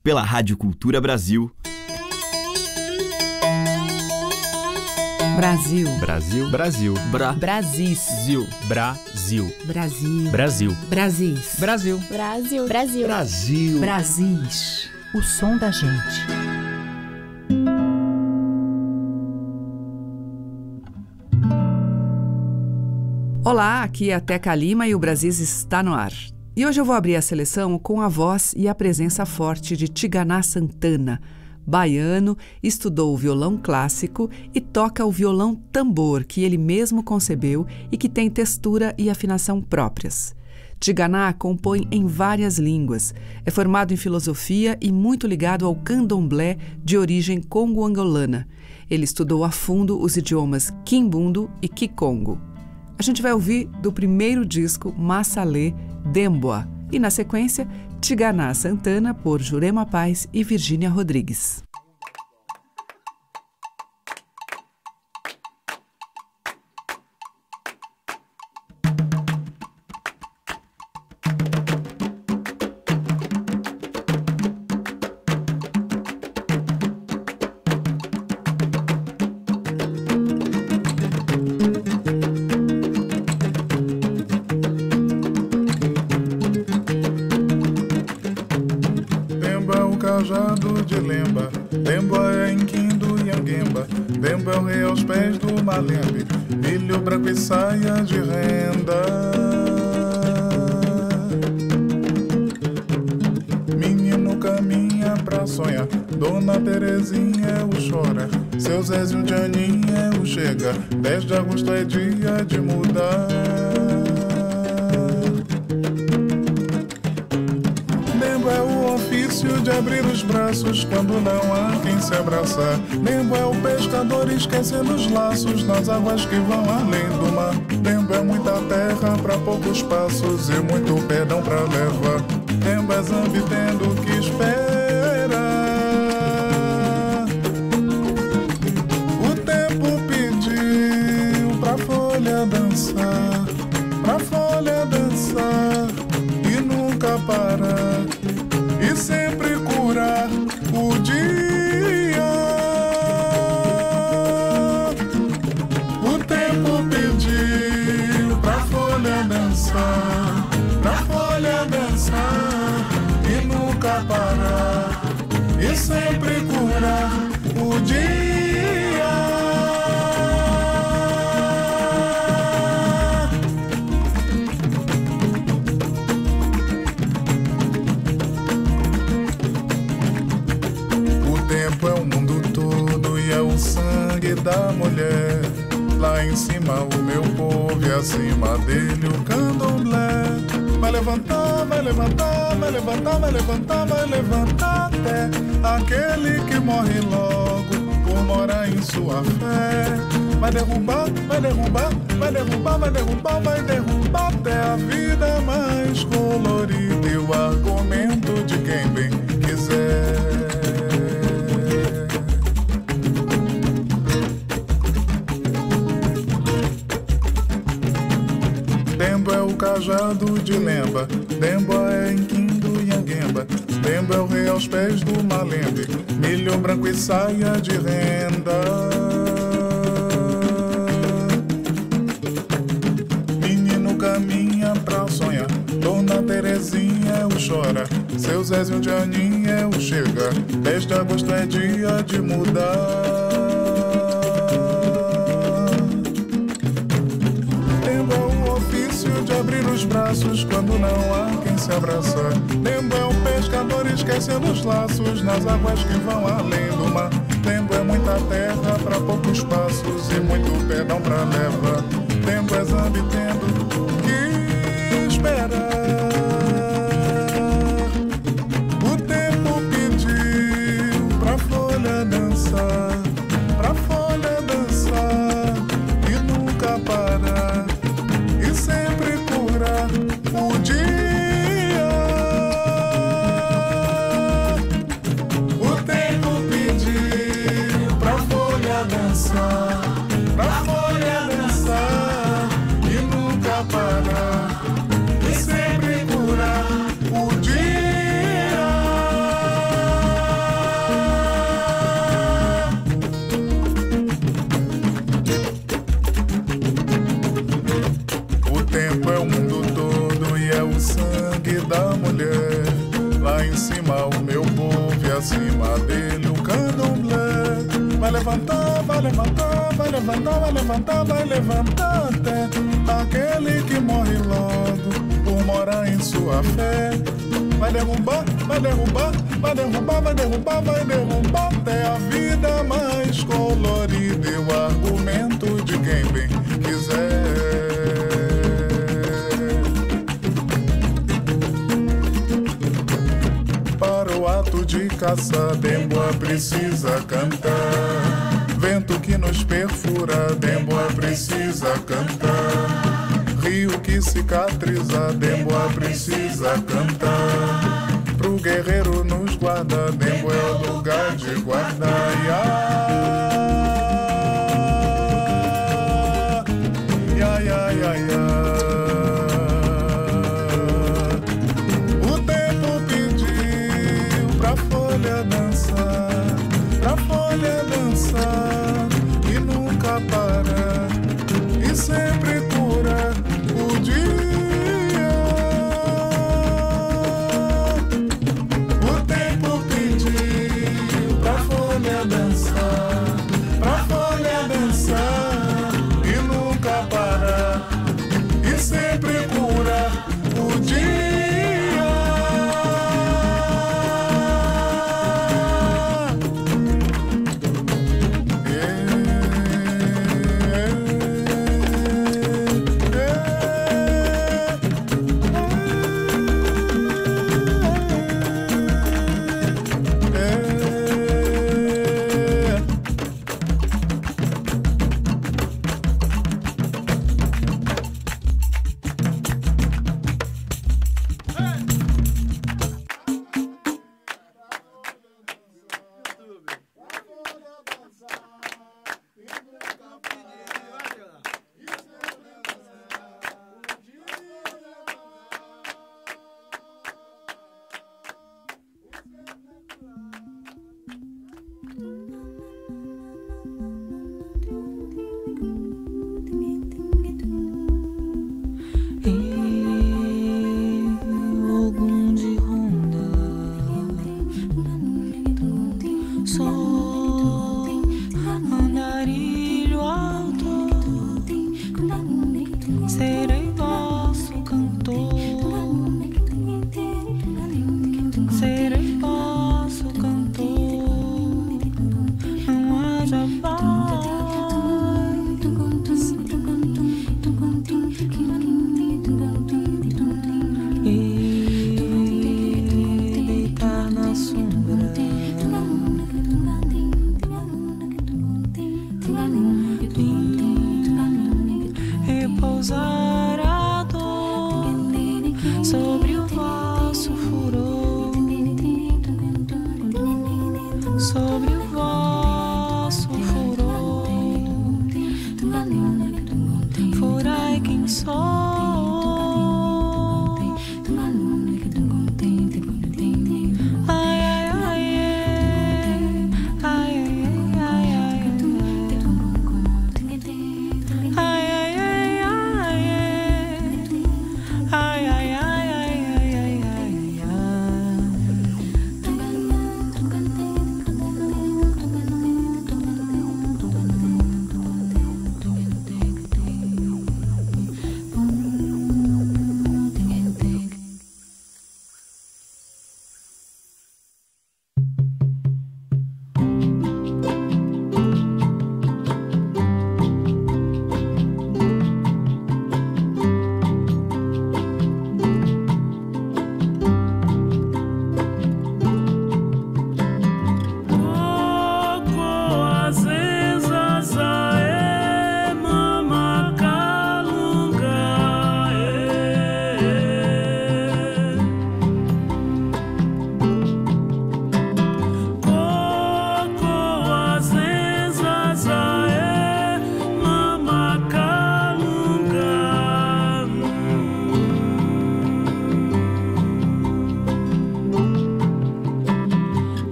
pela Rádio Cultura Brasil. Brasil. Brasil. Brasil. Brasis. Brasil. Brasil. Brasil. Brasis. Brasil. Brasil. Brasil. Brasil. Brasis. O som da gente. Olá, aqui é a Teca Lima e o Brasis está no ar. E hoje eu vou abrir a seleção com a voz e a presença forte de Tigana Santana. Baiano, estudou o violão clássico e toca o violão tambor, que ele mesmo concebeu e que tem textura e afinação próprias. Tigana compõe em várias línguas, é formado em filosofia e muito ligado ao candomblé de origem congo-angolana. Ele estudou a fundo os idiomas quimbundo e kikongo. A gente vai ouvir do primeiro disco Massalé, Demboa, e na sequência, Tigana Santana por Jurema Paz e Virgínia Rodrigues. Cajado de Lemba, Demboa é Inquindo e Anguemba, Demboa é o rei aos pés do Malembe, milho branco e saia de renda. Menino caminha pra sonhar, Dona Terezinha é o chora, seu Zézio de Aninha é o chega, 10 de agosto é dia de mudar. Demboa é o ofício de abrir os braços quando não há quem se abraçar. Demboa é o pescador esquecendo os laços nas águas que vão além do mar. Demboa é muita terra pra poucos passos e muito perdão pra levar. Demboa é zambi tendo que espera. O tempo pediu pra folha dançar, pra folha dançar e nunca parar. E sempre curar o dia. O tempo pediu pra folha dançar, pra folha dançar e nunca parar. E sempre curar o dia. Da mulher, lá em cima o meu povo e acima dele o candomblé. Vai levantar, vai levantar, vai levantar, vai levantar, vai levantar até aquele que morre logo por morar em sua fé. Vai derrubar, vai derrubar, vai derrubar, vai derrubar, vai derrubar até a vida mais colorida e o argumento de quem bem quiser. Demboa é o cajado de Lemba, Demboa é Inquindo e Anguemba, Demboa é o rei aos pés do Malembe, milho branco e saia de renda. Menino caminha pra sonhar, Dona Terezinha é o chora, seu Zézio de Aninha é o chega, 10 de agosto é dia de mudar. De abrir os braços quando não há quem se abraçar. Demboa é um pescador esquecendo os laços nas águas que vão além do mar. Demboa é muita terra pra poucos passos e muito perdão pra levar. Demboa é zambi tendo que esperar. O tempo pediu pra folha dançar, pra folha dançar e nunca parar. E sempre curar o dia. O tempo pediu pra folha dançar, pra folha dançar e nunca parar. E sempre o meu povo e acima dele o candomblé. Vai levantar, vai levantar, vai levantar, vai levantar, vai levantar até aquele que morre logo por morar em sua fé. Vai derrubar, vai derrubar, vai derrubar, vai derrubar, vai derrubar até a vida mais colorida e o argumento de quem bem quiser. Para o ato de caça, Demboa precisa cantar. Vento que nos perfura, Demboa precisa cantar. Rio que cicatriza, Demboa precisa cantar. Pro guerreiro nos guarda, Demboa é o lugar de guardar. Ya, ya, ya, ya. O tempo pediu pra folha dançar, pra folha dançar e nunca parar, e sempre cura o dia. O tempo pediu pra folha dançar, pra folha dançar e nunca parar, e sempre cura o dia.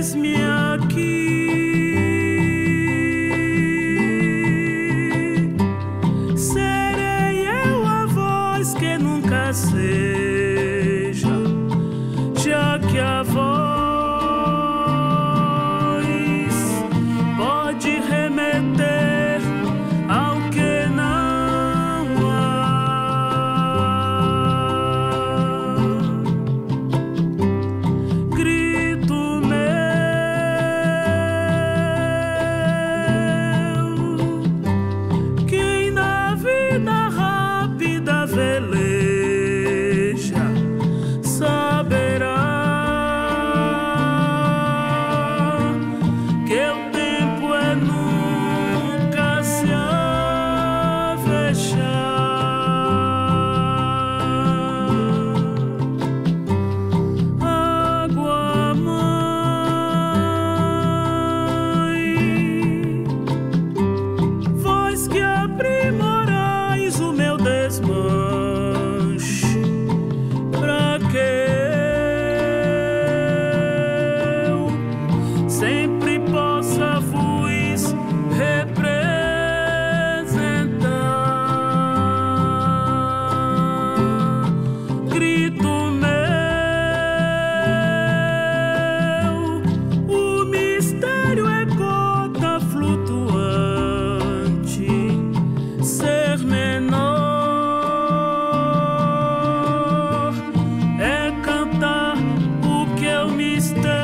eis-me aqui. Serei eu a voz que nunca seja, já que a voz pode remeter ao que não há. Grito meu, quem na vida rápida veleja saberá que o tempo é nunca se avexar. Água, mãe, vós que aprimorais o meu desmanche, pra que eu sempre possa vos representar. Grito meu, o mistério é gota flutuante, ser menor é cantar o que é o mistério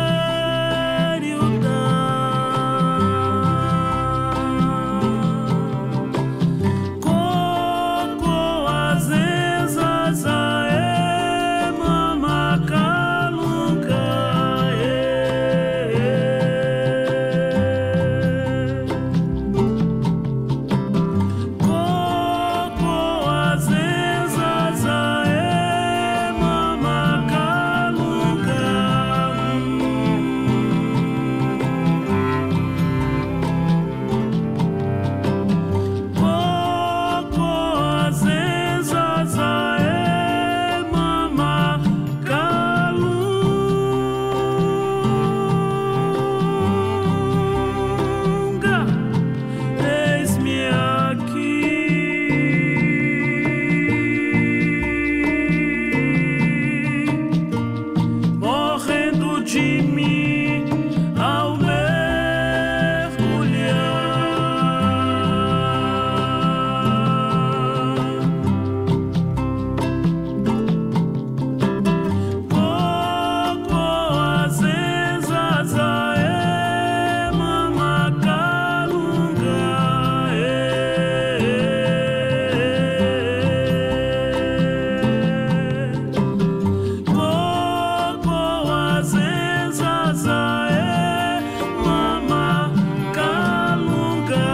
dá. Coco, azenzas, aê, mamacalunga, Coco, azenzas, aê, mamacalunga. Coco, azenzas, aê, mamacalunga. Eis-me aqui. Morrendo de mim ao mergulhar. Coco, azenzas, aê, mamacalunga, Coco, azenzas, aê, mamacalunga,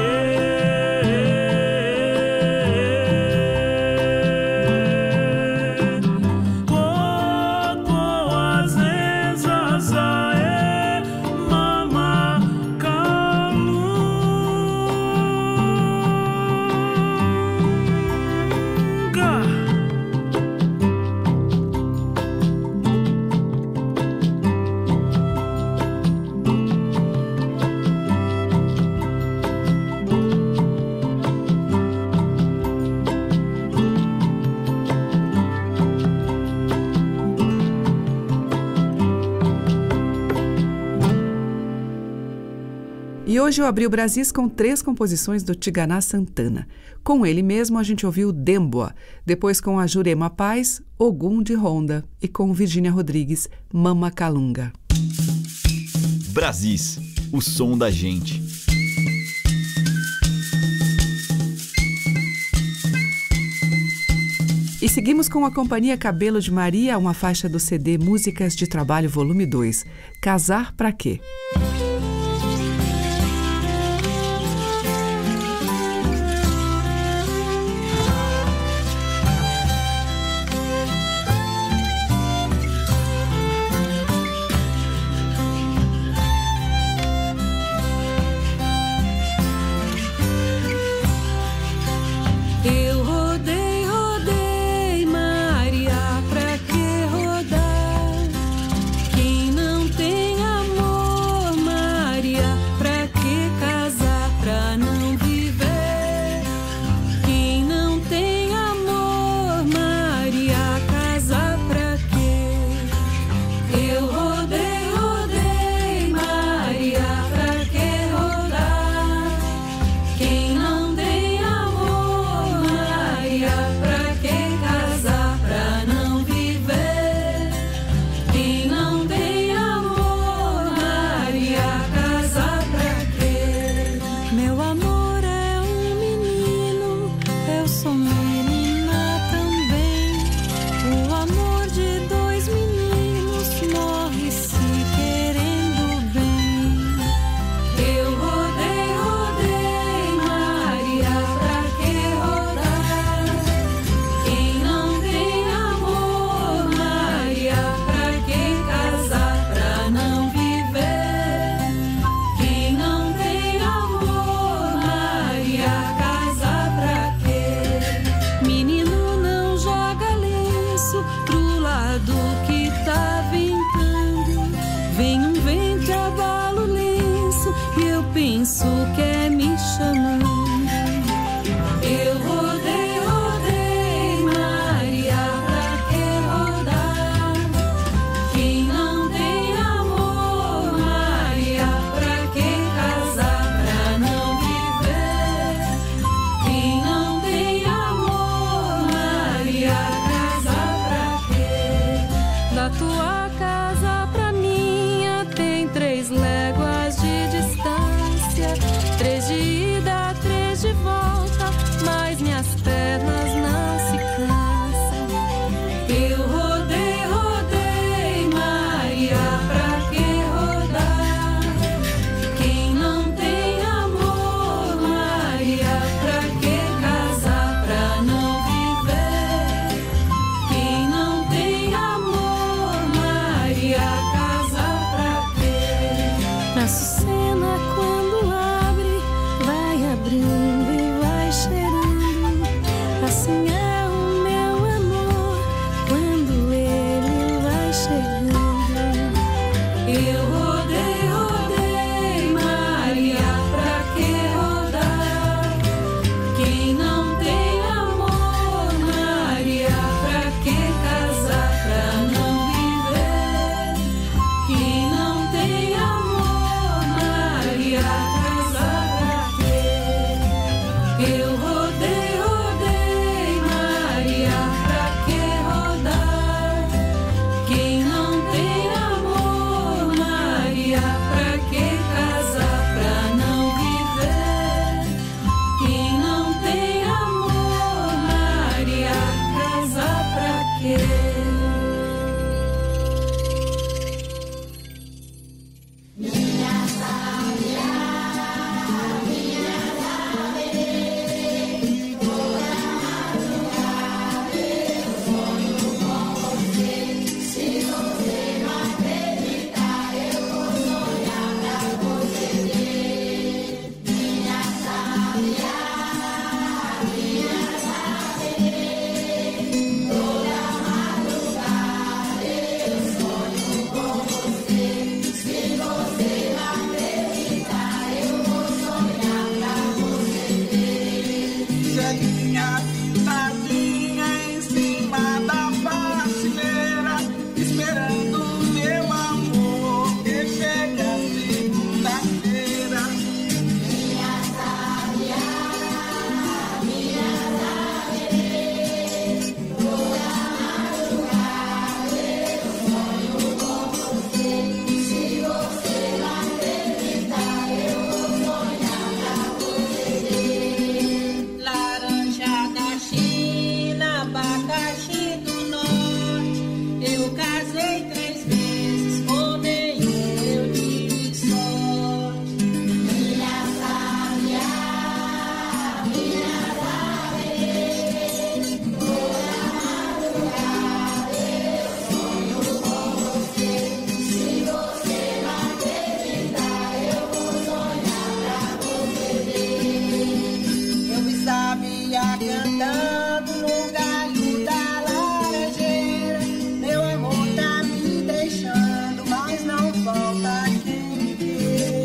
Coco, azenzas, aê, mamacalunga. E hoje eu abri o Brasis com 3 composições do Tigana Santana. Com ele mesmo a gente ouviu Demboa, depois com a Jurema Paz, Ogum de Ronda e com Virgínia Rodrigues, Mamacalunga. Brasis, o som da gente. E seguimos com a Companhia Cabelo de Maria, uma faixa do CD Músicas de Trabalho Volume 2, Casar Pra Quê? Eu rodei, rodei, Maria, pra que rodar? Quem não tem amor penso que é me chamando. Eu rodei, rodei, Maria, pra que rodar? Quem não tem amor, Maria, pra que casar? Pra não viver. Quem não tem amor, Maria, casar pra quê? Da tua casa pra minha tem 3 léguas de distância, 3 de ida, 3 de volta, mas minhas pernas não se cansam. Eu rodei, rodei, Maria, pra que rodar? Quem não tem amor, Maria, pra que casar? Pra não viver. Quem não tem amor, Maria, casar pra quê? Na Açucena quando abre, vai abrindo e vai cheirando. Assim é o meu amor quando ele vai chegando. Eu rodei, rodei, Maria, pra que rodar? Quem não tem amor, Maria, pra que casar? Pra não viver. Quem não tem amor, Maria, casar pra quê? Eu rodei, rodei, Maria, pra que rodar? Quem não tem amor, Maria, pra que casar? Pra não viver. Quem não tem amor, Maria, casar pra quê? Minha pintadinha em cima da prateleira, esperando meu amor que chega segunda-feira. Laranja da China, abacaxi do norte. Eu casei 3 vezes, com nenhum eu tive sorte. Eu me sabia cantando no galho da laranjeira. Meu amor tá me deixando, mas não falta quem me queira.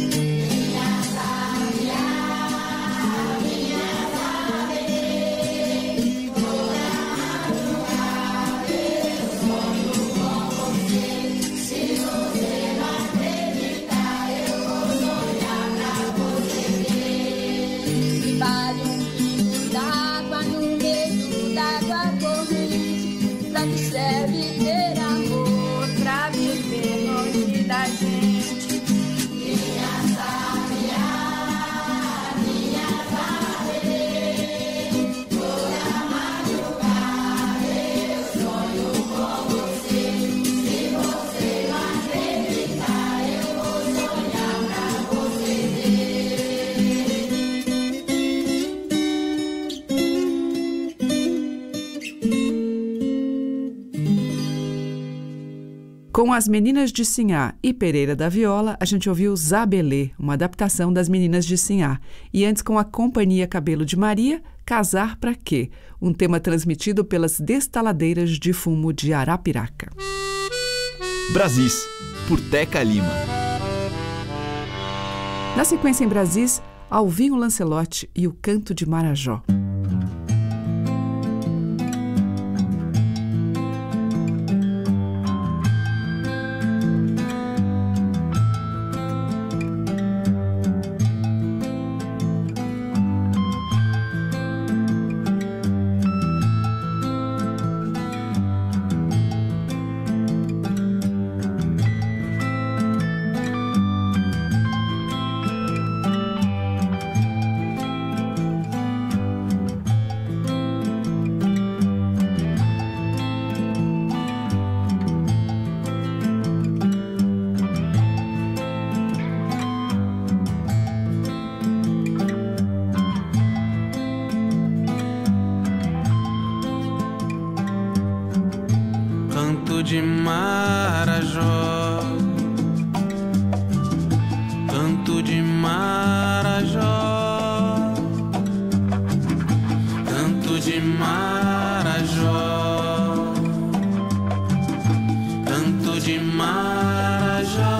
Vale pingo d'água no meio d'água corrente. Pra que serve ter amor? Pra viver longe da gente. Com as Meninas de Sinhá e Pereira da Viola, a gente ouviu Zabelê, uma adaptação das Meninas de Sinhá. E antes, com a Companhia Cabelo de Maria, Casar Pra Quê? Um tema transmitido pelas destaladeiras de fumo de Arapiraca. Brasis, por Teca Lima. Na sequência, em Brasis, Alvinho Lancelotti e o Canto de Marajó. De Marajó, canto de Marajó, canto de Marajó, canto de Marajó.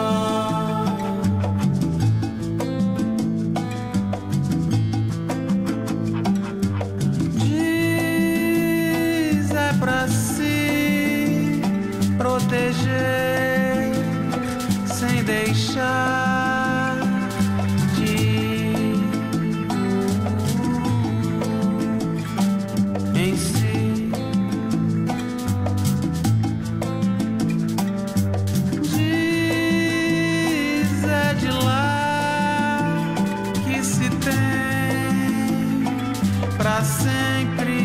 Diz é pra si proteger sem deixar de em si. Diz é de lá que se tem pra sempre.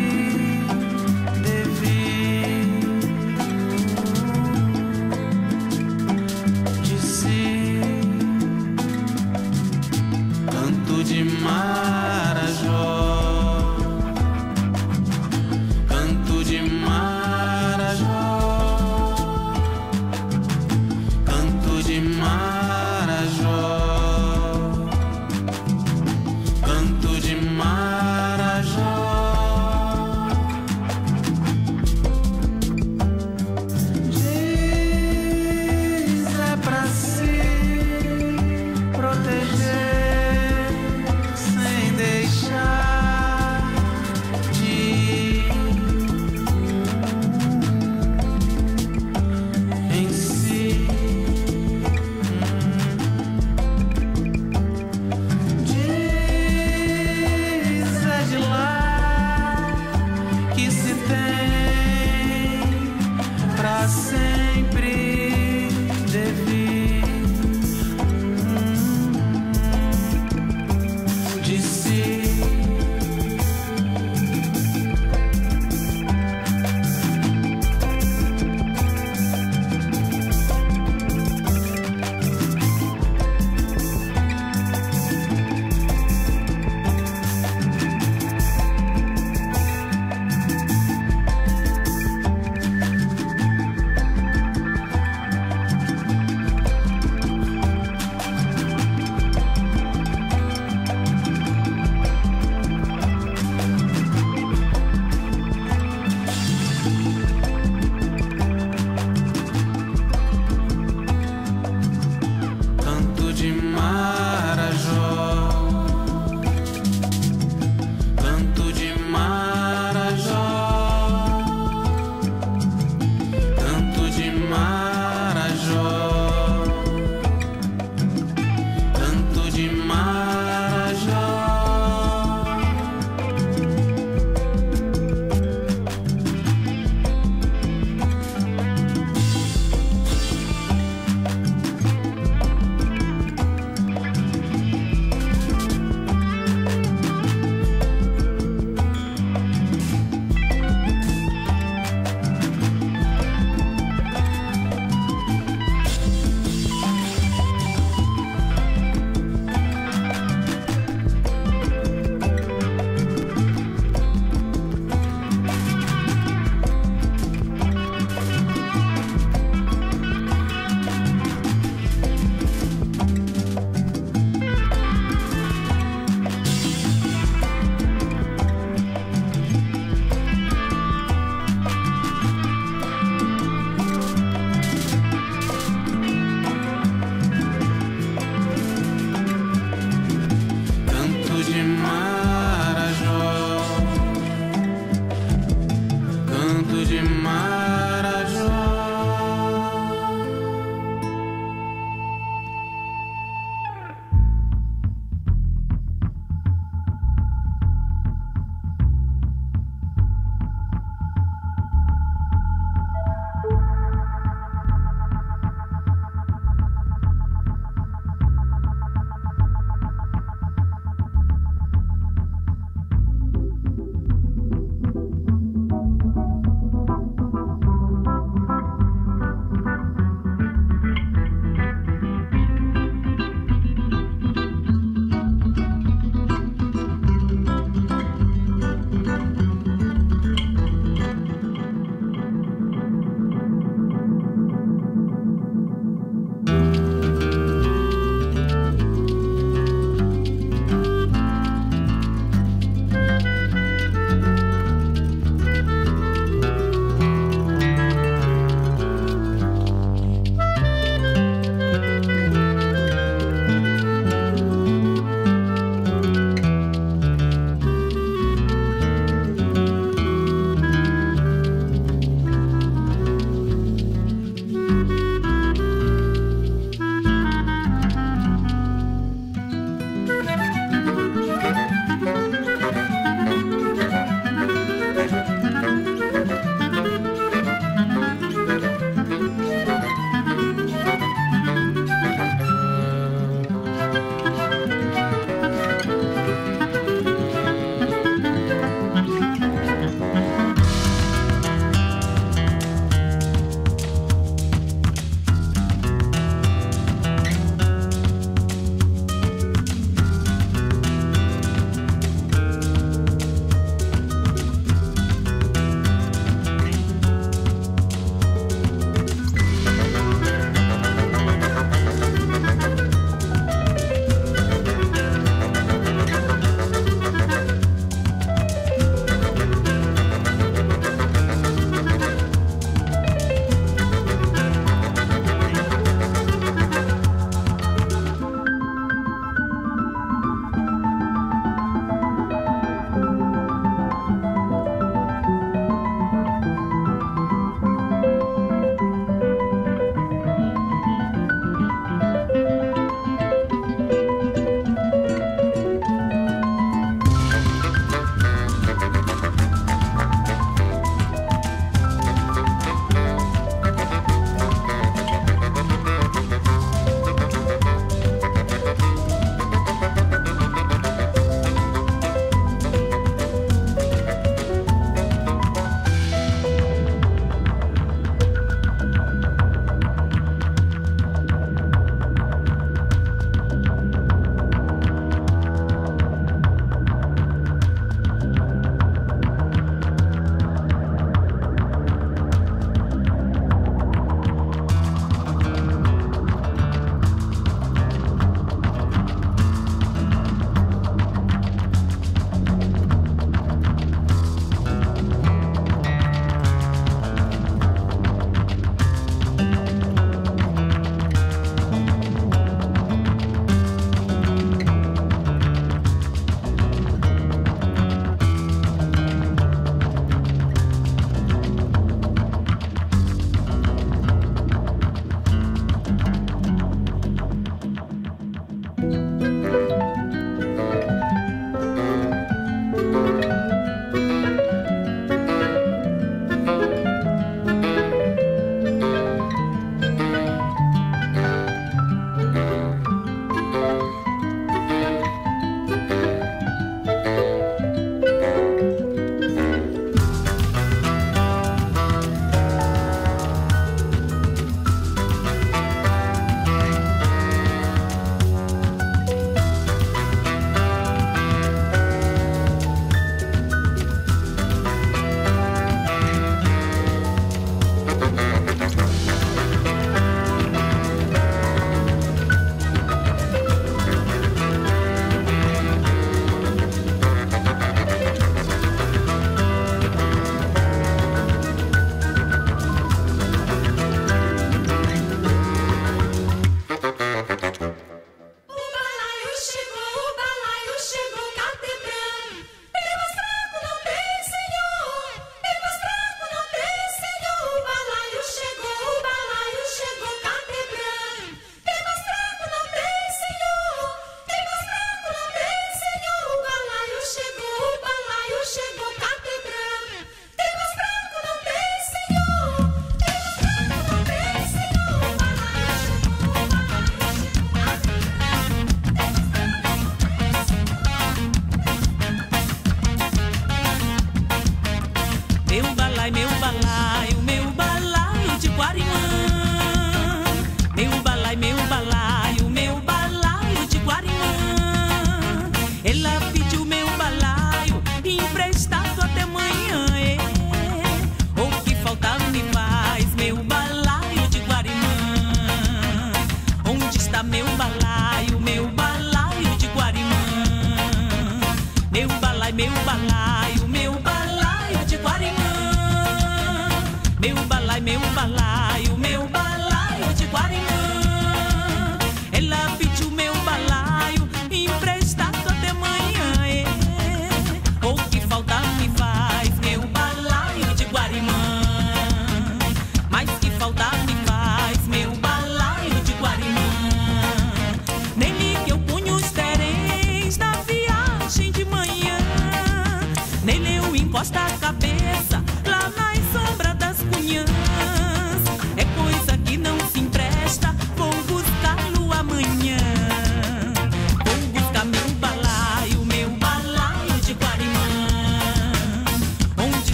De Marajó, canto de Marajó, canto de Marajó, canto de Marajó. Diz é pra se proteger em si.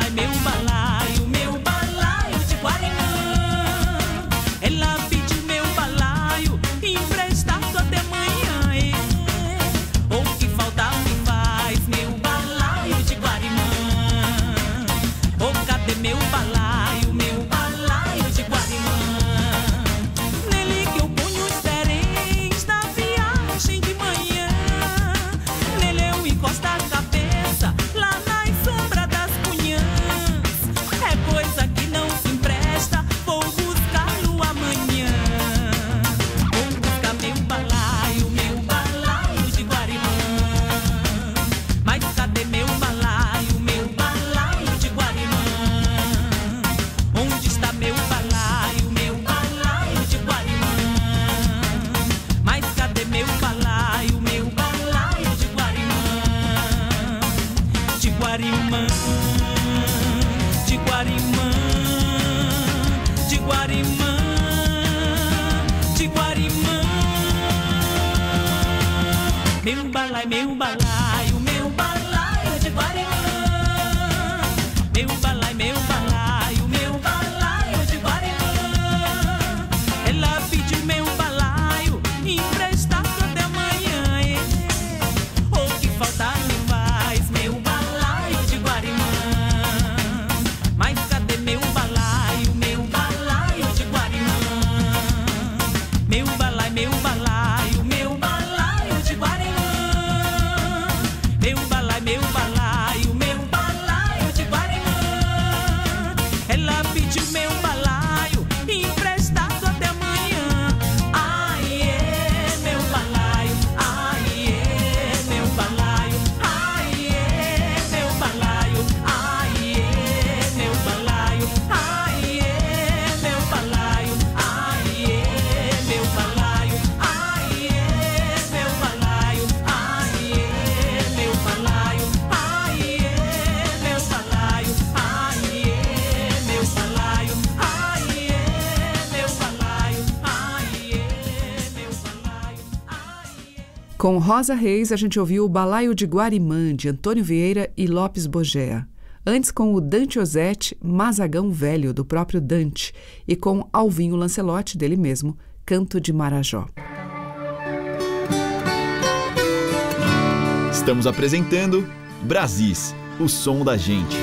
Meu balaio de Guarimã. Meu balaio de Guarimã. Ela pediu meu balaio emprestado até amanhã. O que falta me faz, meu balaio de Guarimã. Mas cadê meu balaio de Guarimã? Meu balaio de Guarimã. Meu balaio de Guarimã. Ela pediu meu balaio emprestado até amanhã. Ai, é meu balaio. Ai, é meu balaio. Ai, é meu balaio. Ai, é meu balaio. Ai, é meu balaio. Ai, é meu balaio. Ai, é meu balaio. Ai, é meu balaio. Ai, é meu balaio. Ai, é meu balaio. Ai, é meu balaio. Ai, é meu balaio. Com Rosa Reis, a gente ouviu o Balaio de Guarimã, de Antônio Vieira e Lopes Bogea. Antes com o Dante Ozzetti, Mazagão Velho, do próprio Dante. E com Alvinho Lancelotti, dele mesmo, Canto de Marajó. Estamos apresentando Brasis, o som da gente.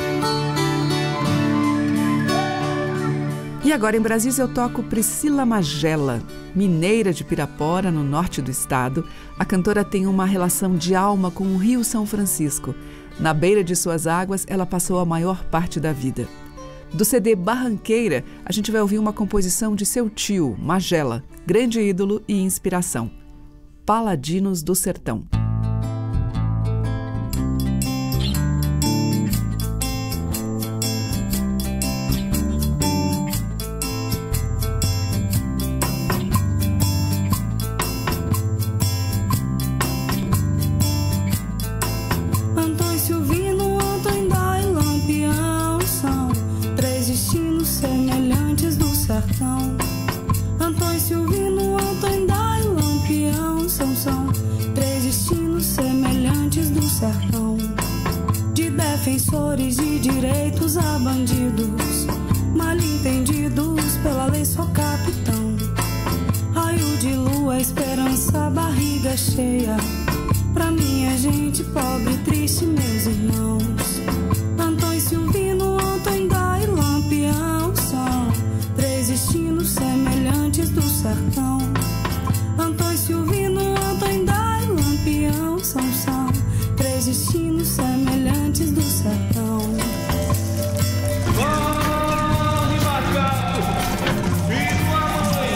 E agora em Brasília eu toco Priscila Magela. Mineira de Pirapora, no norte do estado, a cantora tem uma relação de alma com o Rio São Francisco. Na beira de suas águas, ela passou a maior parte da vida. Do CD Barranqueira, a gente vai ouvir uma composição de seu tio, Magela, grande ídolo e inspiração. Paladinos do Sertão. Antônio Silvino, Antônio Dá e Lampião são três destinos semelhantes do sertão. Antônio Silvino, Antônio Dá e Lampião são três destinos semelhantes do sertão. De defensores de direitos a bandidos, mal entendidos pela lei, só capitão. Raio de lua, esperança, barriga cheia, pra minha gente pobre, triste, meus irmãos. Antônio Silvino, Antônio Dá e Lampião são três destinos semelhantes do sertão. Antônio Silvino, Antônio Dá e Lampião são três destinos semelhantes do sertão. Corre, macaco, filho a mãe.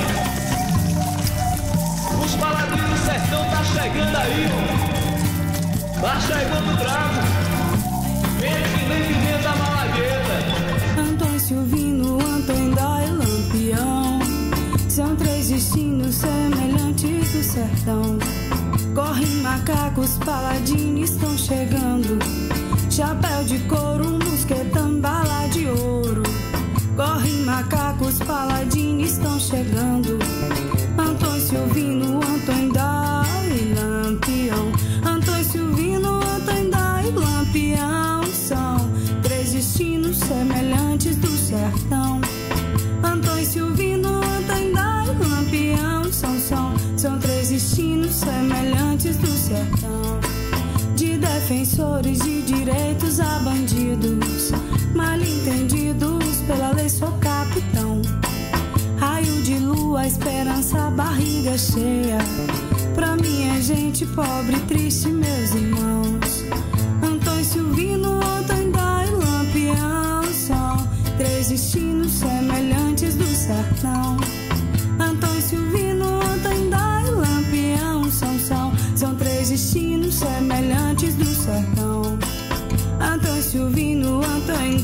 Os paladinos do sertão tá chegando aí, ó. Tá chegando o bravo. Vem que nem vinha da Malagueta. Antônio Silvino, Antônio Dá e Lampião são três destinos semelhantes do sertão. Correm macacos, paladinos estão chegando. Chapéu de couro, mosquetão, bala de ouro. Correm macacos, paladinos estão chegando. Antônio Silvino, Antônio Dá e Lampião. Antônio Silvino, Antônio Dá e Lampião são três destinos semelhantes do sertão. Antônio Silvino, Antônio Dai, Lampião, são três destinos semelhantes do sertão. De defensores de direitos a bandidos, mal entendidos pela lei, sou capitão. Raio de lua, esperança, barriga cheia. Pra minha gente pobre e triste, meus irmãos. Antônio Silvino, Antônio Dai, Lampião, são três destinos semelhantes do sertão. Antônio Silvino, Antônio Dai, Lampião, são três destinos semelhantes do sertão. Antônio Silvino, Antônio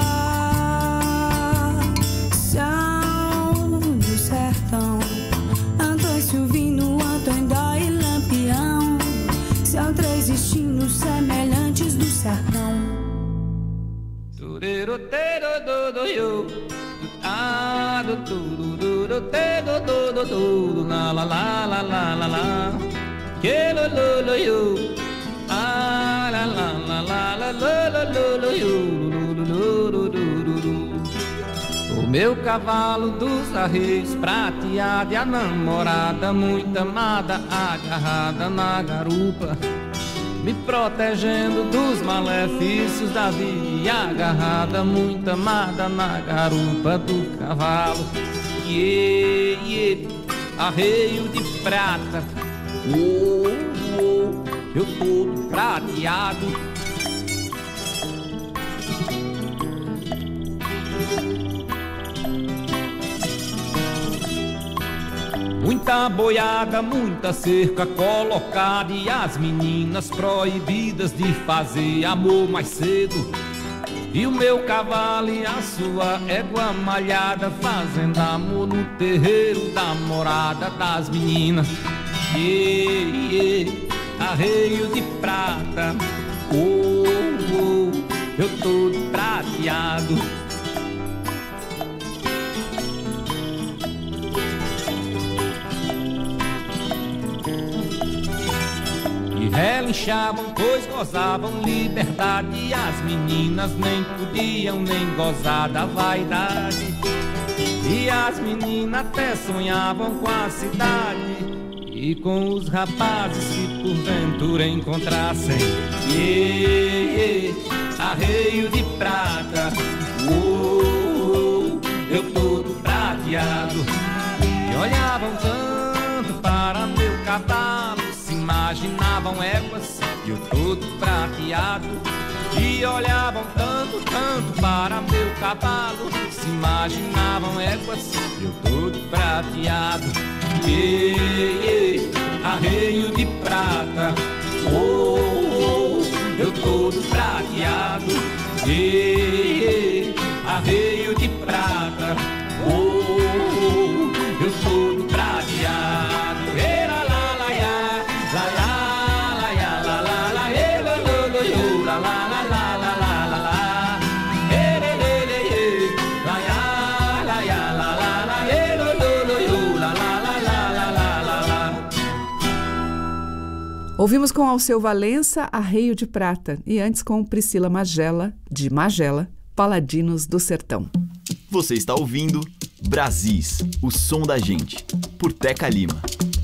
Dai, são do sertão. Antônio Silvino, Antônio Dai e Lampião, são três destinos semelhantes do sertão. O meu cavalo dos arreios prateado e a namorada muito amada agarrada na garupa, me protegendo dos malefícios da vida, e agarrada muito amada na garupa do cavalo. Arreio de prata, eu todo prateado. Muita boiada, muita cerca colocada, e as meninas proibidas de fazer amor mais cedo. E o meu cavalo e a sua égua malhada fazendo amor no terreiro da morada das meninas. Arreio de prata, eu todo prateado. Relinchavam, pois gozavam liberdade, e as meninas nem podiam nem gozar da vaidade. E as meninas até sonhavam com a cidade e com os rapazes que porventura encontrassem. Arreio de prata, eu todo prateado. E olhavam tanto para meu cavalo, imaginavam éguas e eu todo prateado. E olhavam tanto, tanto para meu cavalo, se imaginavam éguas e eu todo prateado. Arreio de prata, eu todo prateado. Arreio de prata, eu todo prateado. Ouvimos com Alceu Valença, Arreio de Prata, e antes com Priscila Magela, de Magela, Paladinos do Sertão. Você está ouvindo Brasis, o som da gente, por Teca Lima.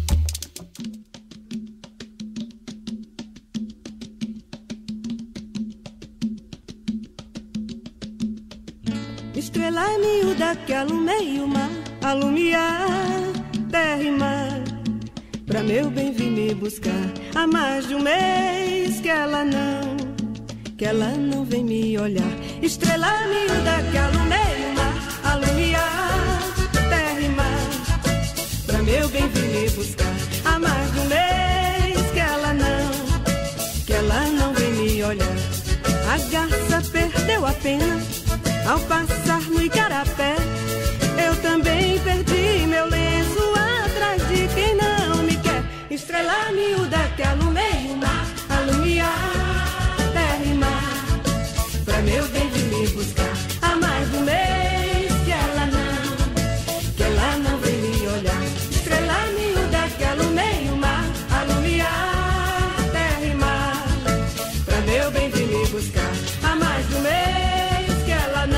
Estrela miúda que alumeia o mar, alumiar terra e mar, pra meu bem vir me buscar. Há mais de um mês que ela não vem me olhar. Estrela miúda que alumeia o mar, alumiar terra e mar, pra meu bem vir me buscar. Há mais de um mês que ela não vem me olhar. A garça perdeu a pena ao passar no igarapé. Eu também perdi meu lenço atrás de quem não me quer. Estrela miúda que alumeia o mar, alumiar terra e mar, pra meu bem vir me buscar. Há mais de um mês que ela não vem me olhar. Estrela miúda que alumeia o mar, alumiar terra e mar, pra meu bem vir me buscar. Há mais de um mês que ela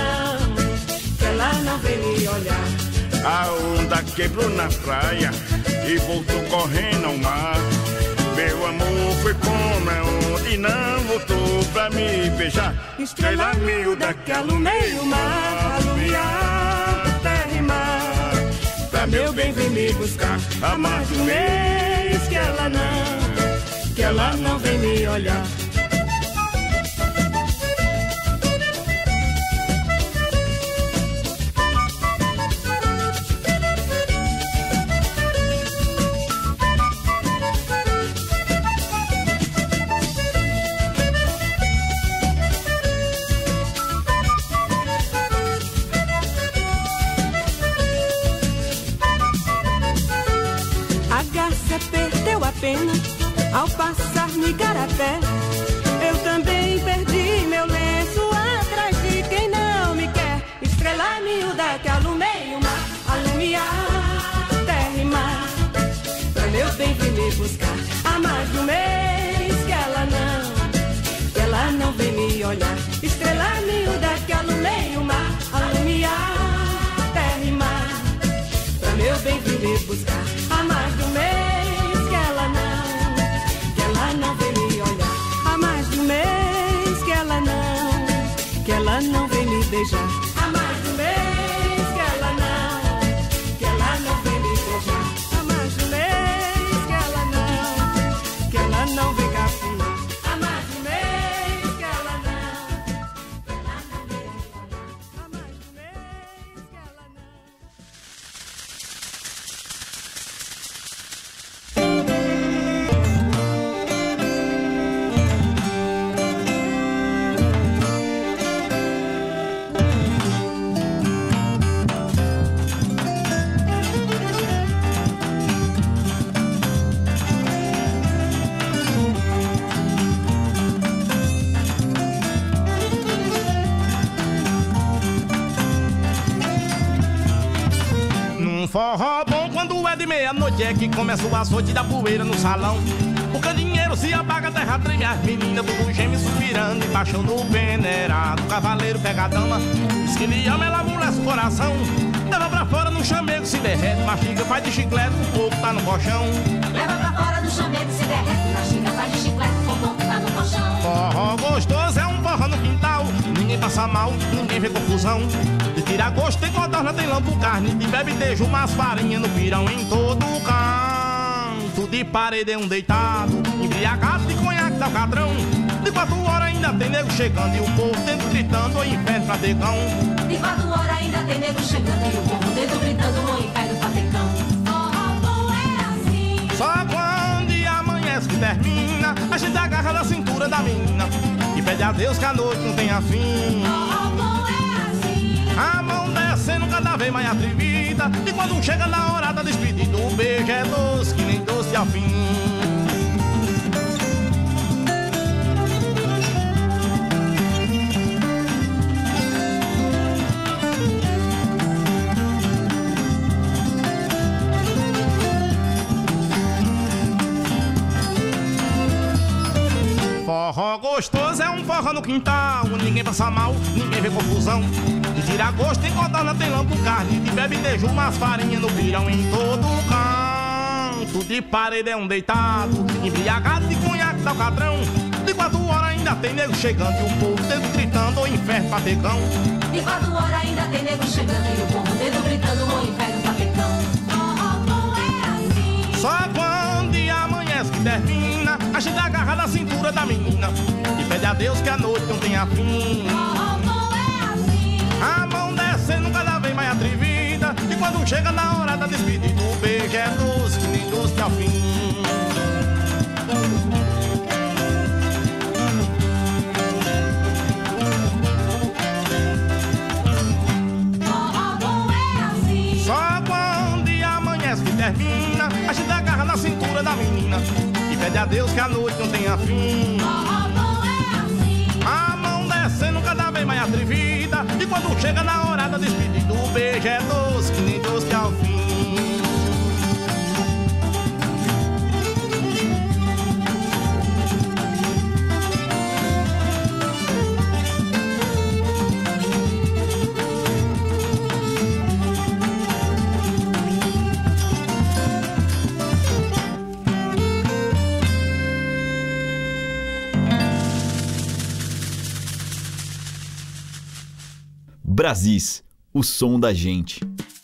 A onda quebrou na praia e voltou correndo ao mar. Meu amor foi como é onde não voltou pra me beijar. Estrela miúda que alumeia o mar, alumiar terra e mar. Pra meu bem vem me buscar, há mais de um mês que ela não vem me olhar. Pena, ao passar no igarapé, eu também perdi meu lenço atrás de quem não me quer. Estrela miúda que alumeia o mar, alumiar terra e mar. Pra meu bem vir me buscar, há mais de um mês que ela não vem me olhar. Estrela miúda que alumeia o mar, alumiar terra e mar. Pra meu bem vir me buscar, há mais de um mês não vem me olhar. Há mais de um mês que ela não vem me beijar. Há mais de um mês que ela não vem me beijar. Há mais de um mês que ela não vem cafunar. Há mais de um mês que ela não vem me olhar. Há mais de um mês que ela não. Forró bom quando é de meia-noite é que começa o açoite da poeira no salão. Porque o dinheiro se apaga, a terra treme, as meninas tudo geme suspirando e baixam no peneirado. O cavaleiro pega a dama, diz que lhe ama, ela amolece o coração. Leva pra fora no chamego, se derrete, mastiga, faz de chiclete, o corpo tá no colchão. Leva pra fora no chamego, se derrete, mastiga, faz de chiclete, o corpo tá no colchão. Forró gostoso é um forró no quintal, ninguém passa mal, ninguém vê confusão. De tirar gosto tem codorna, tem lambu, carne, de bebe tejo, umas farinha no pirão em todo canto. De paredão deitado, embriagado de conhaque da Alcatrão. De 4 horas ainda tem nego chegando e o povo dentro gritando, o inferno pra decão. De 4 horas ainda tem nego chegando e o povo dentro gritando, o inferno pra decão. Forró bom é assim. Só quando amanhece que termina, a gente agarra da cintura da menina e pede a Deus que a noite não tenha fim. Forró bom é assim. A mão descendo cada vez mais atrevida, e quando chega na hora da despedida, o beijo é doce que nem doce ao fim. Forró gostoso é um forró no quintal, ninguém passa mal, ninguém vê confusão. De tirar gosto tem codorna, tem lambu, carne, de bebe tejo, umas farinha no pirão em todo canto. De paredão deitado, embriagado de conhaque da Alcatrão. De 4 horas ainda tem nego chegando e o povo dentro gritando, o inferno pra decão. De 4 horas ainda tem nego chegando e o povo dentro gritando, o inferno pra decão. Forró bom é assim. Só quando amanhece que termina, a gente agarra da cintura da menina e pede a Deus que a noite não tenha fim. Forró bom é assim. A mão descendo cada vez mais atrevida, e quando chega na hora da despedida, o beijo é doce que nem doce ao fim. Forró bom é assim. Só quando amanhece que termina, a gente agarra na cintura da menina e pede a Deus que a noite não tenha fim. Forró bom é assim. A mão descendo cada vez mais atrevida, e quando chega na hora da despedida, o beijo é doce que nem doce ao fim. Brasis, o som da gente.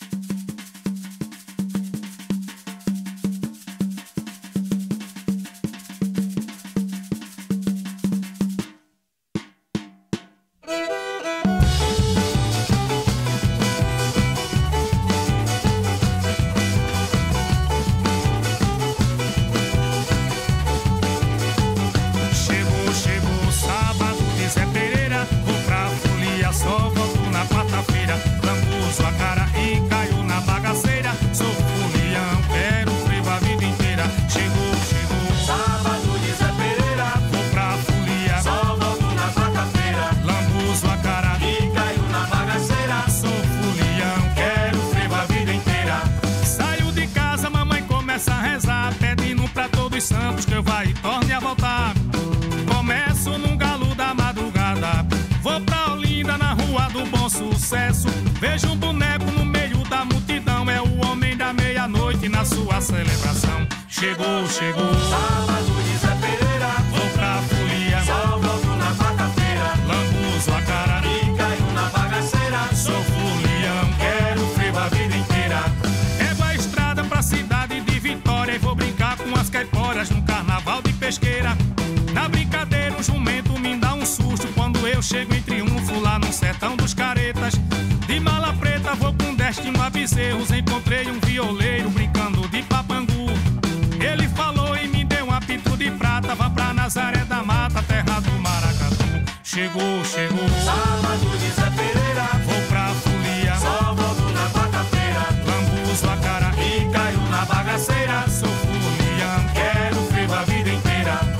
Sucesso, vejo um boneco no meio da multidão, é o homem da meia-noite na sua celebração. Chegou, chegou, sábado de Zé Pereira, vou pra folia, só volto na quarta-feira, lambuzo a cara e caiu na bagaceira, sou folião, quero frevo a vida inteira. Pego a estrada pra cidade de Vitória e vou brincar com as caiporas no carnaval de Pesqueira. Na brincadeira um jumento me dá um susto quando eu chego em triunfo lá no sertão dos caretas. De mala preta vou com destino a Bezerros, encontrei um violeiro brincando de papangu. Ele falou e me deu um apito de prata, vá pra Nazaré da Mata, terra do maracatu. Chegou, chegou, sábado de Zé Pereira, vou pra folia, só volto na quarta-feira, lambuzo a cara e caiu na bagaceira, sou folião, quero frevo a vida inteira.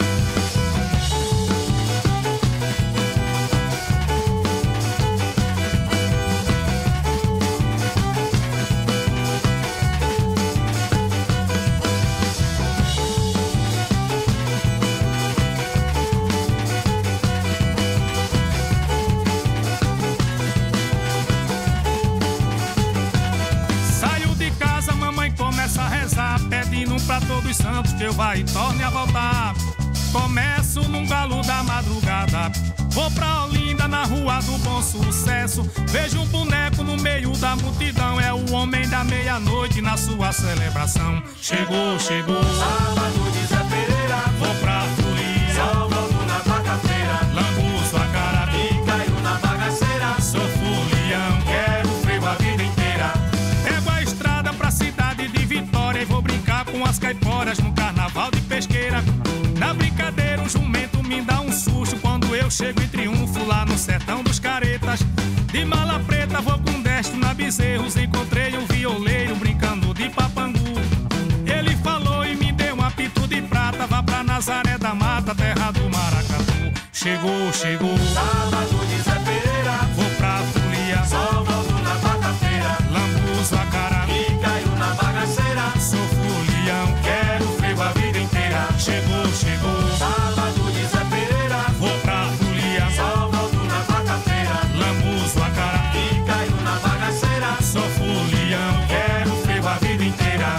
Pedindo pra todos os santos que eu vá e torne a voltar. Começo num galo da madrugada, vou pra Olinda na rua do Bom Sucesso. Vejo um boneco no meio da multidão, é o homem da meia-noite na sua celebração. Chegou, chegou, sábado de Zé Pereira, vou pra folia, só volto na quarta-feira, lambuzo a cara e caiu na bagaceira, sou folião, quero frevo a vida inteira. Pego a estrada pra cidade de Vitória e vou brincar com as caiporas no carnaval de Pesqueira. Na brincadeira um jumento me dá um susto quando eu chego em triunfo lá no sertão dos caretas. De mala preta vou com destino a Bezerros, encontrei um violeiro brincando de papangu. Ele falou e me deu um apito de prata, vá pra Nazaré da Mata, terra do maracatu. Chegou, chegou, sábado de Zé Pereira, vou pra folia, só volto na quarta-feira, lambuzo a cara e caiu na bagaceira, sou folião, quero frevo a vida inteira. Chegou, chegou, sábado de Zé Pereira, vou pra folia, só volto na quarta-feira, lambuzo a cara e caiu na bagaceira, sou folião, quero frevo a vida inteira.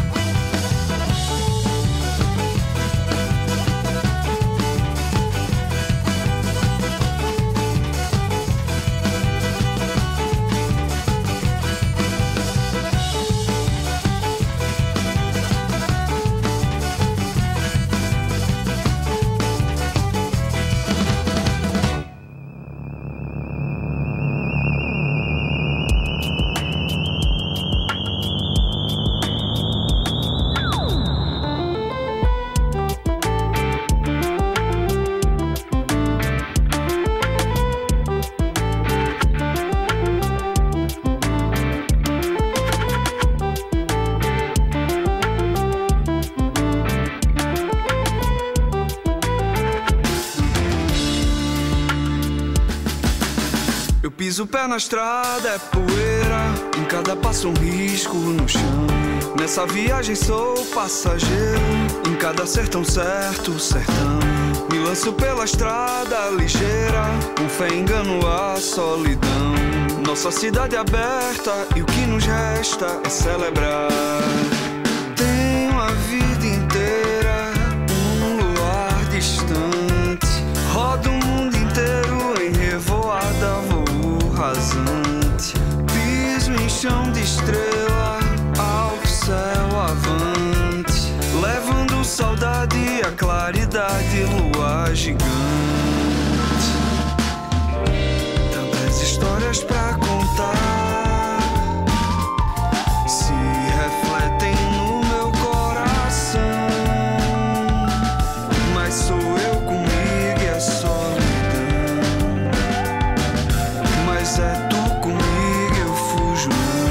Piso o pé na estrada, é poeira, em cada passo um risco no chão. Nessa viagem sou passageiro, em cada sertão certo, sertão. Me lanço pela estrada ligeira, com fé engano a solidão. Nossa cidade aberta e o que nos resta é celebrar. Tenho a vida inteira um luar distante, rodo o mundo inteiro em revoada, voo rasante. chão de estrela ao céu avante, levando saudade, a claridade, lua gigante. Tantas histórias pra contar se refletem no meu coração, mas sou eu comigo e é solidão. Mas é tu comigo, eu fujo.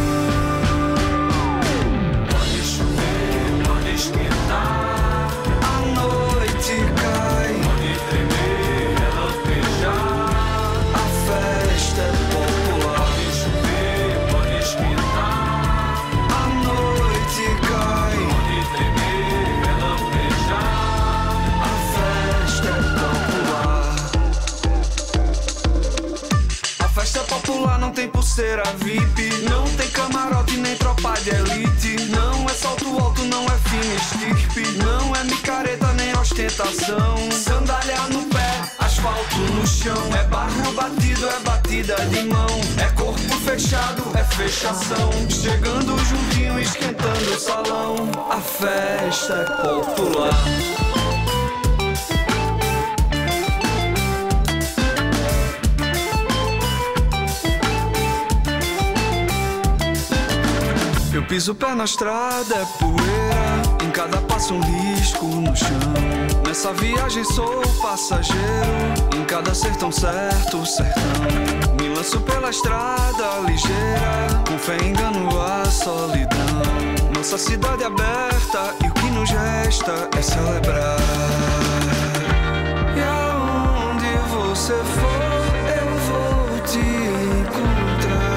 Pode chover, pode esquentar, a noite cai, pode tremer, relampejar, a festa é popular. Pode chover, pode esquentar, a noite cai, pode tremer, relampejar, a festa é popular. A festa é popular, não tem pulseira VIP, não tem camarote nem tropa de elite, não é salto alto, não é fina estirpe, não é micareta nem ostentação, sandália no pé, asfalto no chão, é barro batido, é batida de mão, é corpo fechado, é fechação, chegando juntinho, esquentando o salão, a festa é popular. Eu piso o pé na estrada, é poeira, em cada passo um risco no chão. Nessa viagem sou passageiro, em cada sertão certo, sertão. Me lanço pela estrada ligeira, com fé engano a solidão. Nossa cidade aberta e o que nos resta é celebrar. E aonde você for, eu vou te encontrar.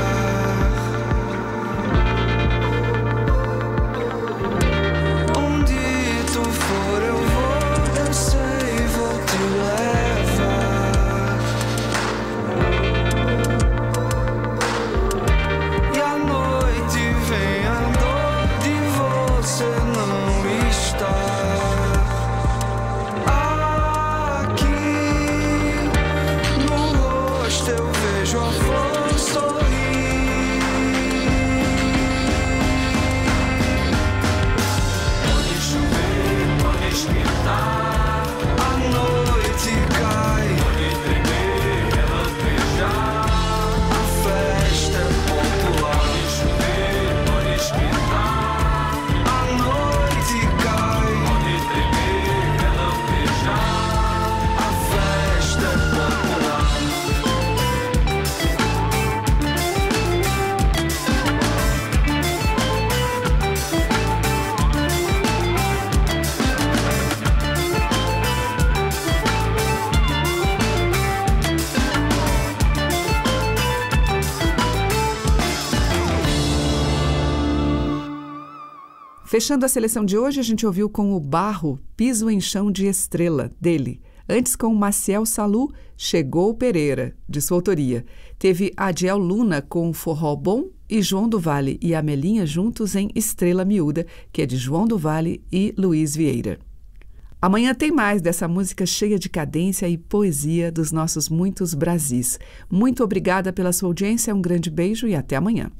Fechando a seleção de hoje, a gente ouviu com o Barro, Piso em Chão de Estrela, dele. Antes, com Maciel Salu, Chegou Pereira, de sua autoria. Teve Adiel Luna com Forró Bom e João do Vale e Amelinha juntos em Estrela Miúda, que é de João do Vale e Luiz Vieira. Amanhã tem mais dessa música cheia de cadência e poesia dos nossos muitos Brasis. Muito obrigada pela sua audiência, um grande beijo e até amanhã.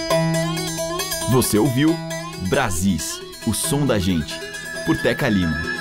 Você ouviu Brasis, o som da gente, por Teca Lima.